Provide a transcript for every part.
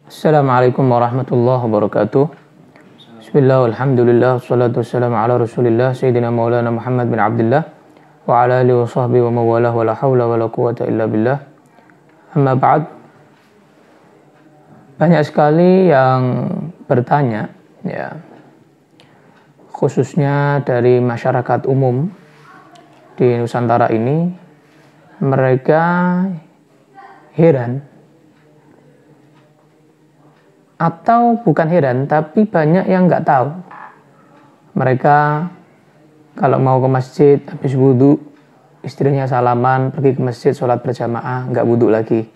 Assalamualaikum warahmatullahi wabarakatuh. Bismillah, alhamdulillah, wassalatu wassalamu ala rasulillah Sayyidina maulana Muhammad bin Abdullah wa ala alihi wa sahbihi wa mawalah wa la hawla wa la quwata illa billah. Amma ba'd. Banyak sekali yang bertanya, ya, khususnya dari masyarakat umum di Nusantara ini, mereka heran, atau bukan heran, tapi banyak yang nggak tahu. Mereka kalau mau ke masjid habis wudhu, istrinya salaman, pergi ke masjid sholat berjamaah, nggak wudhu lagi.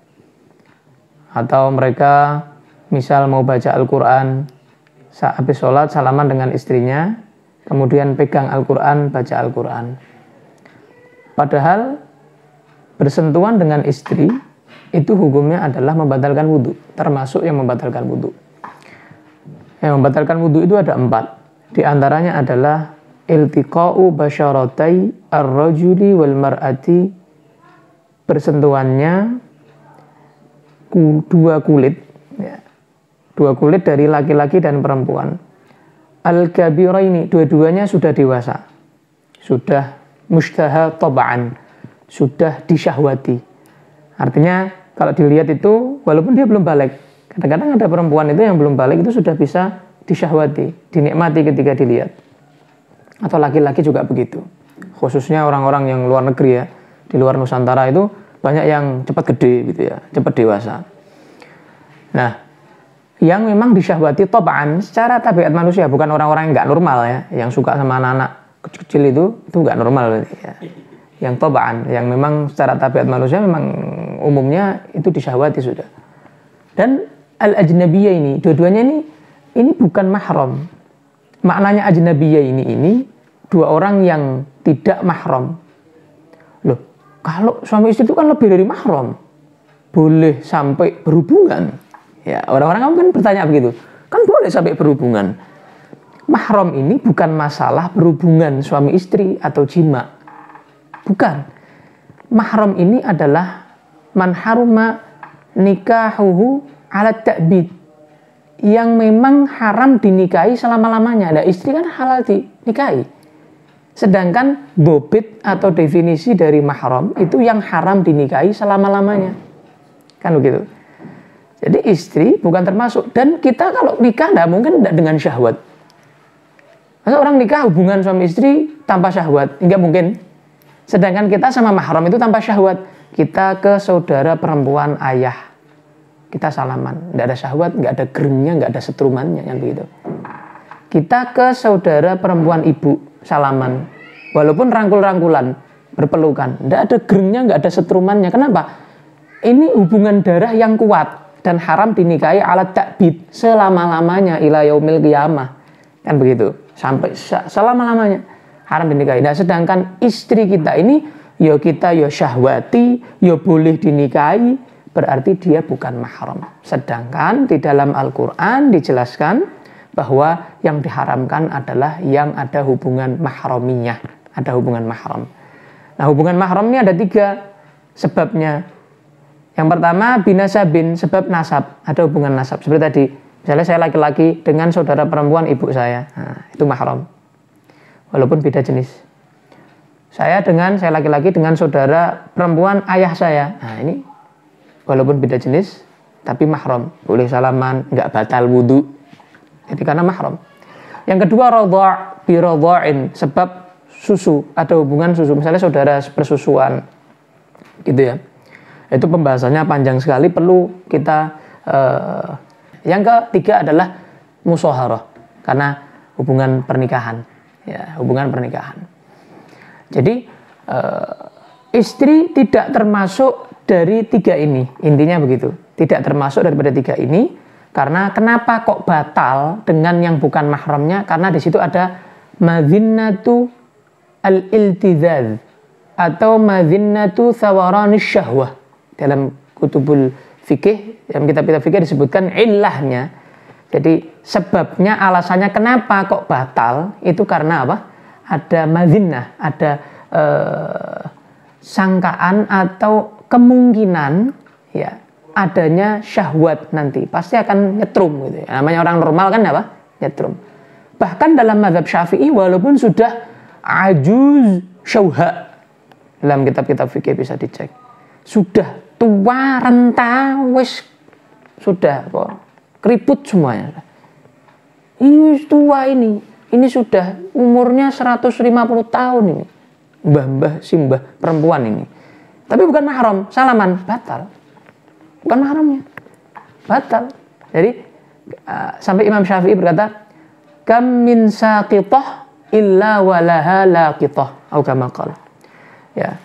Atau mereka misal mau baca Al-Quran, habis sholat salaman dengan istrinya, kemudian pegang Al-Quran, baca Al-Quran. Padahal bersentuhan dengan istri itu hukumnya adalah membatalkan wudhu, termasuk yang membatalkan wudhu. Yang membatalkan wudhu itu ada 4. Di antaranya adalah iltiqa'u basyaratai ar-rajuli wal mar'ati, bersentuhannya dua kulit, ya, dua kulit dari laki-laki dan perempuan. Al-kabiraini, dua-duanya sudah dewasa, sudah mustaha taba'an, sudah disyahwati. Artinya kalau dilihat itu walaupun dia belum balik, kadang-kadang ada perempuan itu yang belum balik itu sudah bisa disyahwati, dinikmati ketika dilihat. Atau laki-laki juga begitu. Khususnya orang-orang yang luar negeri, ya, di luar Nusantara itu banyak yang cepat gede gitu ya, cepat dewasa. Nah, yang memang disyahwati tab'an secara tabiat manusia, bukan orang-orang yang nggak normal ya, yang suka sama anak-anak kecil-kecil itu nggak normal ya. Yang tab'an, yang memang secara tabiat manusia memang umumnya itu disyahwati sudah. Dan al-ajnabiyah ini, dua-duanya ini bukan mahram. Maknanya ajnabiyah ini dua orang yang tidak mahram. Loh, kalau suami istri itu kan lebih dari mahram, boleh sampai berhubungan. Ya, orang-orang kan bertanya begitu, kan boleh sampai berhubungan. Mahram ini bukan masalah berhubungan suami istri atau jima, bukan. Mahram ini adalah man haruma nikahuhu ala ta'bid, yang memang haram dinikahi selama-lamanya. Nah, istri kan halal dinikahi. Sedangkan bobit atau definisi dari mahram itu yang haram dinikahi selama-lamanya. Kan begitu. Jadi istri bukan termasuk. Dan kita kalau nikah tidak mungkin dengan syahwat. Masa orang nikah hubungan suami istri tanpa syahwat? Enggak mungkin. Sedangkan kita sama mahram itu tanpa syahwat. Kita ke saudara perempuan ayah, kita salaman, tidak ada syahwat, nggak ada gerengnya, nggak ada setrumannya, yang begitu. Kita ke saudara perempuan ibu, salaman, walaupun rangkul-rangkulan, berpelukan, tidak ada gerengnya, nggak ada setrumannya. Kenapa? Ini hubungan darah yang kuat dan haram dinikahi ala ta'bid selama-lamanya ila yaumil qiyamah, kan begitu, sampai selama-lamanya haram dinikahi. Nah, sedangkan istri kita ini, ya kita ya syahwati, ya boleh dinikahi, berarti dia bukan mahram. Sedangkan di dalam Al-Quran dijelaskan bahwa yang diharamkan adalah yang ada hubungan mahramiyah, ada hubungan mahram. Nah, hubungan mahram ini ada 3 sebabnya. Yang pertama binasabin, sebab nasab, ada hubungan nasab. Seperti tadi, misalnya saya laki-laki dengan saudara perempuan ibu saya, nah, itu mahram, walaupun beda jenis. Saya laki-laki dengan saudara perempuan ayah saya. Nah, ini walaupun beda jenis tapi mahram, boleh salaman, nggak batal wudhu. Jadi karena mahram. Yang kedua radha' bi radha'in, sebab susu, ada hubungan susu. Misalnya saudara persusuan, gitu ya. Itu pembahasannya panjang sekali, perlu kita. Yang ketiga adalah musyawarah, karena hubungan pernikahan, ya, hubungan pernikahan. Jadi istri tidak termasuk dari 3 ini, intinya begitu, tidak termasuk daripada 3 ini. Karena kenapa kok batal dengan yang bukan mahramnya? Karena di situ ada madhinnatu al-iltizaz atau madhinnatu thawaranish syahwah. Dalam kutubul fikih, dalam kitab-kitab fikih disebutkan illahnya. Jadi sebabnya, alasannya kenapa kok batal itu karena apa? Ada madhinnah, ada sangkaan atau kemungkinan, ya, adanya syahwat nanti, pasti akan nyetrum gitu ya. Namanya orang normal kan apa? Nyetrum. Bahkan dalam mazhab Syafi'i walaupun sudah ajuz syauha, dalam kitab-kitab fikih bisa dicek, sudah tua renta wis sudah kok keriput semuanya. Ini tua ini sudah umurnya 150 tahun ini. Mbah-mbah simbah perempuan ini. Tapi bukan mahram, salaman batal. Bukan mahramnya. Batal. Jadi sampai Imam Syafi'i berkata, "Kam min saqithah illa walaha laqithah." Atau kama qala. Ya,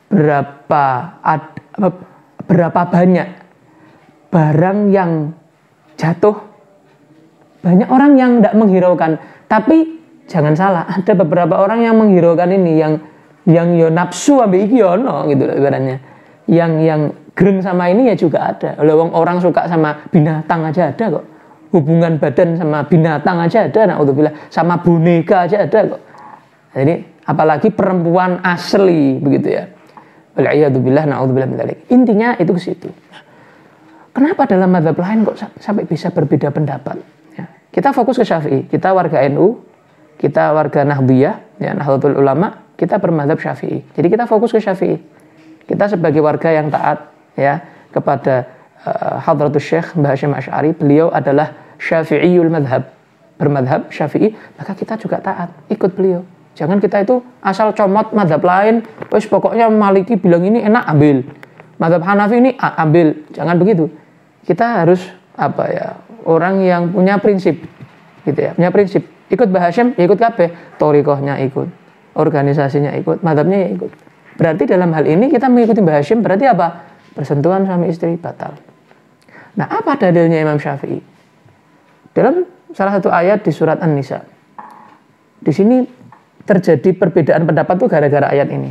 berapa banyak barang yang jatuh, banyak orang yang tidak menghiraukan. Tapi jangan salah, ada beberapa orang yang menghiraukan ini, yang yo nafsu ambil iki ono gitu ibaratnya. Yang gereng sama ini ya juga ada. Orang suka sama binatang aja ada kok. Hubungan badan sama binatang aja ada, naudzubillah, sama boneka aja ada kok. Jadi apalagi perempuan asli begitu ya. Wal'iyadzubillah, naudzubillah min dzalik. Intinya itu ke situ. Kenapa dalam mazhab lain kok sampai bisa berbeda pendapat? Ya. Kita fokus ke Syafi'i. Kita warga NU, kita warga Nahdliyah, ya, Nahdlatul Ulama, kita bermadzhab Syafi'i. Jadi kita fokus ke Syafi'i. Kita sebagai warga yang taat ya kepada Hadratus Syekh Mbah Hasyim Asy'ari, beliau adalah Syafi'iyul madhab, bermadhab Syafi'i, maka kita juga taat ikut beliau. Jangan kita itu asal comot madhab lain, wes pokoknya Maliki bilang ini enak ambil, madhab Hanafi ini ambil, jangan begitu. Kita harus apa ya, orang yang punya prinsip gitu ya, punya prinsip. Ikut Mbah Hasyim, ya ikut kabeh, thariqahnya ikut, organisasinya ikut, madhabnya ya ikut. Berarti dalam hal ini kita mengikuti Mbah Hasyim, berarti apa? Bersentuhan suami istri batal. Nah, apa dalilnya Imam Syafi'i? Dalam salah satu ayat di surat An-Nisa. Di sini terjadi perbedaan pendapat tuh gara-gara ayat ini.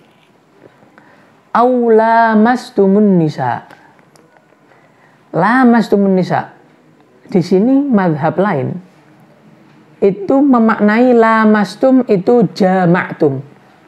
Aula mastumun nisa. Lamastumun nisa. Di sini mazhab lain itu memaknai lamastum itu jama'tum.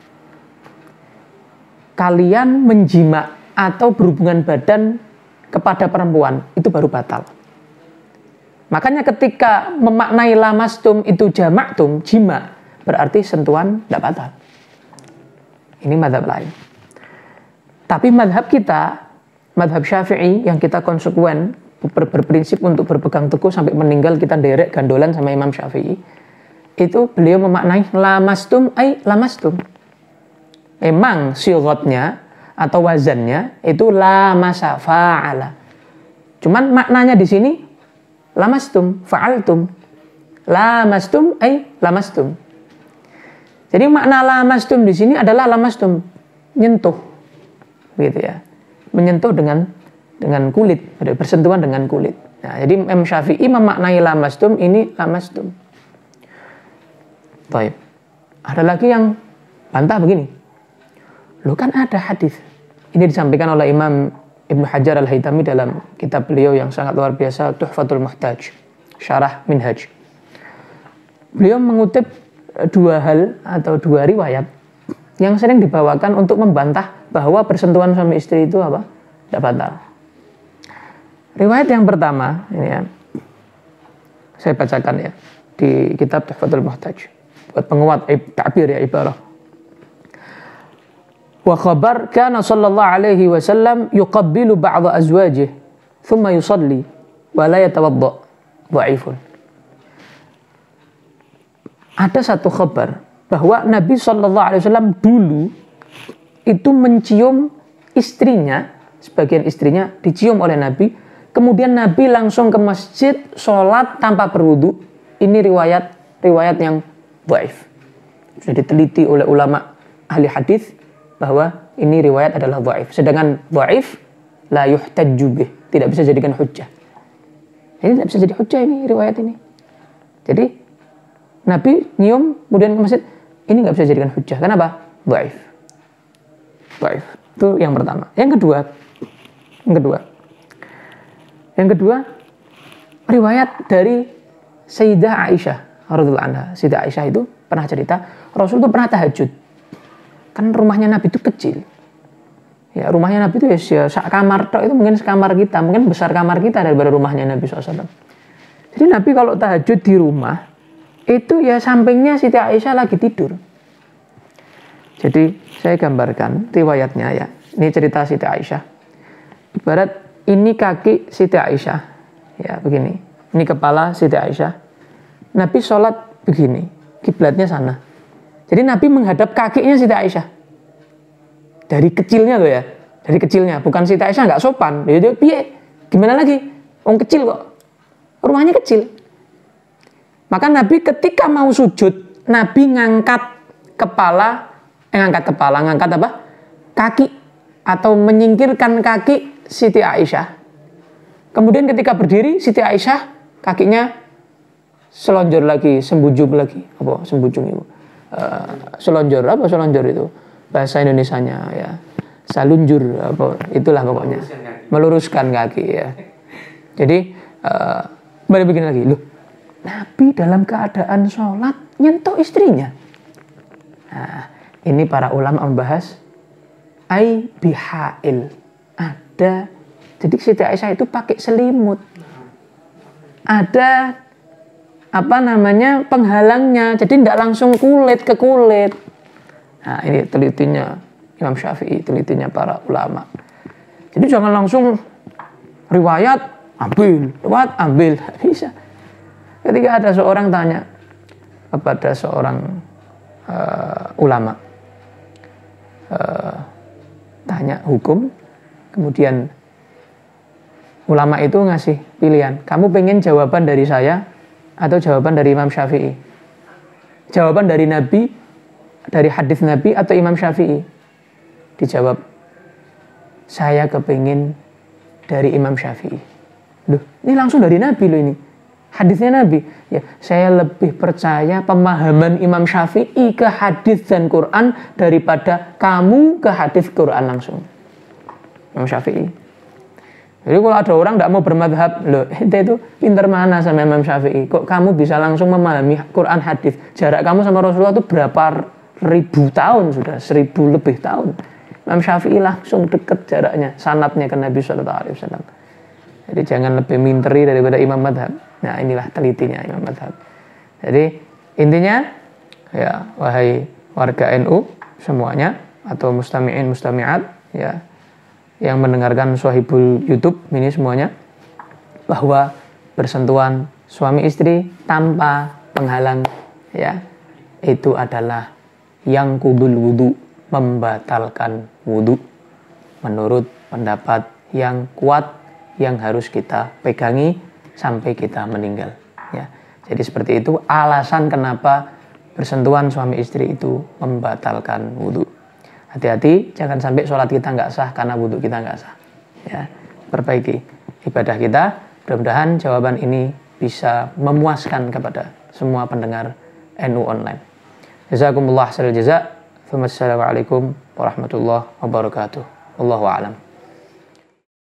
Kalian menjima atau berhubungan badan kepada perempuan, itu baru batal. Makanya ketika memaknai lamastum itu jama'tum, jima, berarti sentuhan tidak batal. Ini mazhab lain. Tapi mazhab kita, mazhab Syafi'i yang kita konsekuen, berprinsip untuk berpegang teguh sampai meninggal kita derek gandolan sama Imam Syafi'i, itu beliau memaknai lamastum ay lamastum. Memang sighotnya atau wazannya itu lamasa fa'ala. Cuman maknanya di sini lamastum fa'altum. Lamastum ay lamastum. Jadi makna lamastum di sini adalah lamastum, nyentuh. Gitu ya. Menyentuh dengan kulit, bersentuhan dengan kulit. Nah, jadi Imam Syafi'i memaknai lamastum ini lamastum. Baik. Ada lagi yang bantah begini. Loh kan ada hadis. Ini disampaikan oleh Imam Ibnu Hajar Al-Haytami dalam kitab beliau yang sangat luar biasa, Tuhfatul Muhtaj, Syarah Minhaj. Beliau mengutip dua hal atau dua riwayat yang sering dibawakan untuk membantah bahwa persentuhan suami istri itu apa? Tidak batal. Riwayat yang pertama, ini ya, saya bacakan ya, di kitab Tuhfatul Muhtaj, buat penguat ta'bir ya, ibarah. Wa khabar kana sallallahu alaihi wasallam yuqabbilu ba'dha azwajih thumma yusalli wa la yatawadda, dhaifun. Ada satu khabar bahwa Nabi sallallahu alaihi wasallam dulu itu mencium istrinya, sebagian istrinya dicium oleh Nabi, kemudian Nabi langsung ke masjid sholat tanpa berwudu. Ini riwayat yang dhaif. Sudah diteliti oleh ulama ahli hadis bahwa ini riwayat adalah dhaif. Sedangkan dhaif la yuhtajju bih, tidak bisa jadikan hujjah. Ini tidak bisa jadi hujjah ini riwayat ini. Jadi Nabi nyium kemudian ke masjid, ini nggak bisa jadikan hujjah. Kenapa? Dhaif. Dhaif. Itu yang pertama. Yang kedua, riwayat dari Sayyidah Aisyah radhiyallahu anha. Sayyidah Aisyah itu pernah cerita, Rasul itu pernah tahajud. Kan rumahnya Nabi itu kecil. Ya, rumahnya Nabi itu ya sak kamar tok, itu mungkin sekamar kita, mungkin besar kamar kita daripada rumahnya Nabi SAW. Jadi Nabi kalau tahajud di rumah, itu ya sampingnya Siti Aisyah lagi tidur. Jadi saya gambarkan riwayatnya ya. Ini cerita Siti Aisyah. Ibarat ini kaki Siti Aisyah. Ya begini. Ini kepala Siti Aisyah. Nabi sholat begini. Kiblatnya sana. Jadi Nabi menghadap kakinya Siti Aisyah. Dari kecilnya loh ya. Dari kecilnya. Bukan Siti Aisyah nggak sopan. Dia piye? Gimana lagi? Orang kecil kok. Rumahnya kecil. Maka Nabi ketika mau sujud, Nabi ngangkat apa? Kaki atau menyingkirkan kaki Siti Aisyah. Kemudian ketika berdiri, Siti Aisyah kakinya selonjor lagi, sembujung lagi. Apa sembujung itu? Selonjor itu? Bahasa Indonesianya ya. Salunjur apa? Itulah pokoknya. Meluruskan kaki ya. Jadi balik begini lagi, loh. Nabi dalam keadaan sholat nyentuh istrinya. Nah, ini para ulama membahas ai bihail. Ada, jadi Siti Aisyah itu pakai selimut. Ada penghalangnya, jadi tidak langsung kulit ke kulit. Nah, ini telitinya Imam Syafi'i, telitinya para ulama. Jadi jangan langsung riwayat ambil, bisa. Ketika ada seorang tanya kepada seorang ulama, tanya hukum, kemudian ulama itu ngasih pilihan, kamu pengen jawaban dari saya atau jawaban dari Imam Syafi'i? Jawaban dari Nabi, dari hadis Nabi atau Imam Syafi'i? Dijawab, saya kepingin dari Imam Syafi'i. Loh, ini langsung dari Nabi loh ini. Hadisnya Nabi, ya saya lebih percaya pemahaman Imam Syafi'i ke hadis dan Quran daripada kamu ke hadis Quran langsung. Imam Syafi'i. Jadi kalau ada orang tidak mau bermadhab, loh itu pinter mana sama Imam Syafi'i? Kok kamu bisa langsung memahami Quran hadis? Jarak kamu sama Rasulullah itu berapa ribu tahun sudah, 1000 lebih tahun. Imam Syafi'i langsung deket jaraknya, sanadnya ke Nabi SAW. Jadi jangan lebih minteri daripada imam madhab. Nah inilah telitinya imam madhab. Jadi intinya ya wahai warga NU semuanya atau mustami'in mustami'at ya yang mendengarkan Shahibul YouTube ini semuanya, bahwa bersentuhan suami istri tanpa penghalang ya itu adalah yang kudul wudu, membatalkan wudu menurut pendapat yang kuat yang harus kita pegangi sampai kita meninggal ya. Jadi seperti itu alasan kenapa bersentuhan suami istri itu membatalkan wudhu. Hati-hati jangan sampai sholat kita nggak sah karena wudhu kita nggak sah ya. Perbaiki ibadah kita, mudah-mudahan jawaban ini bisa memuaskan kepada semua pendengar NU Online. Jazakumullah khairal jazaa. Wassalamualaikum warahmatullahi wabarakatuh. Wallahu a'lam.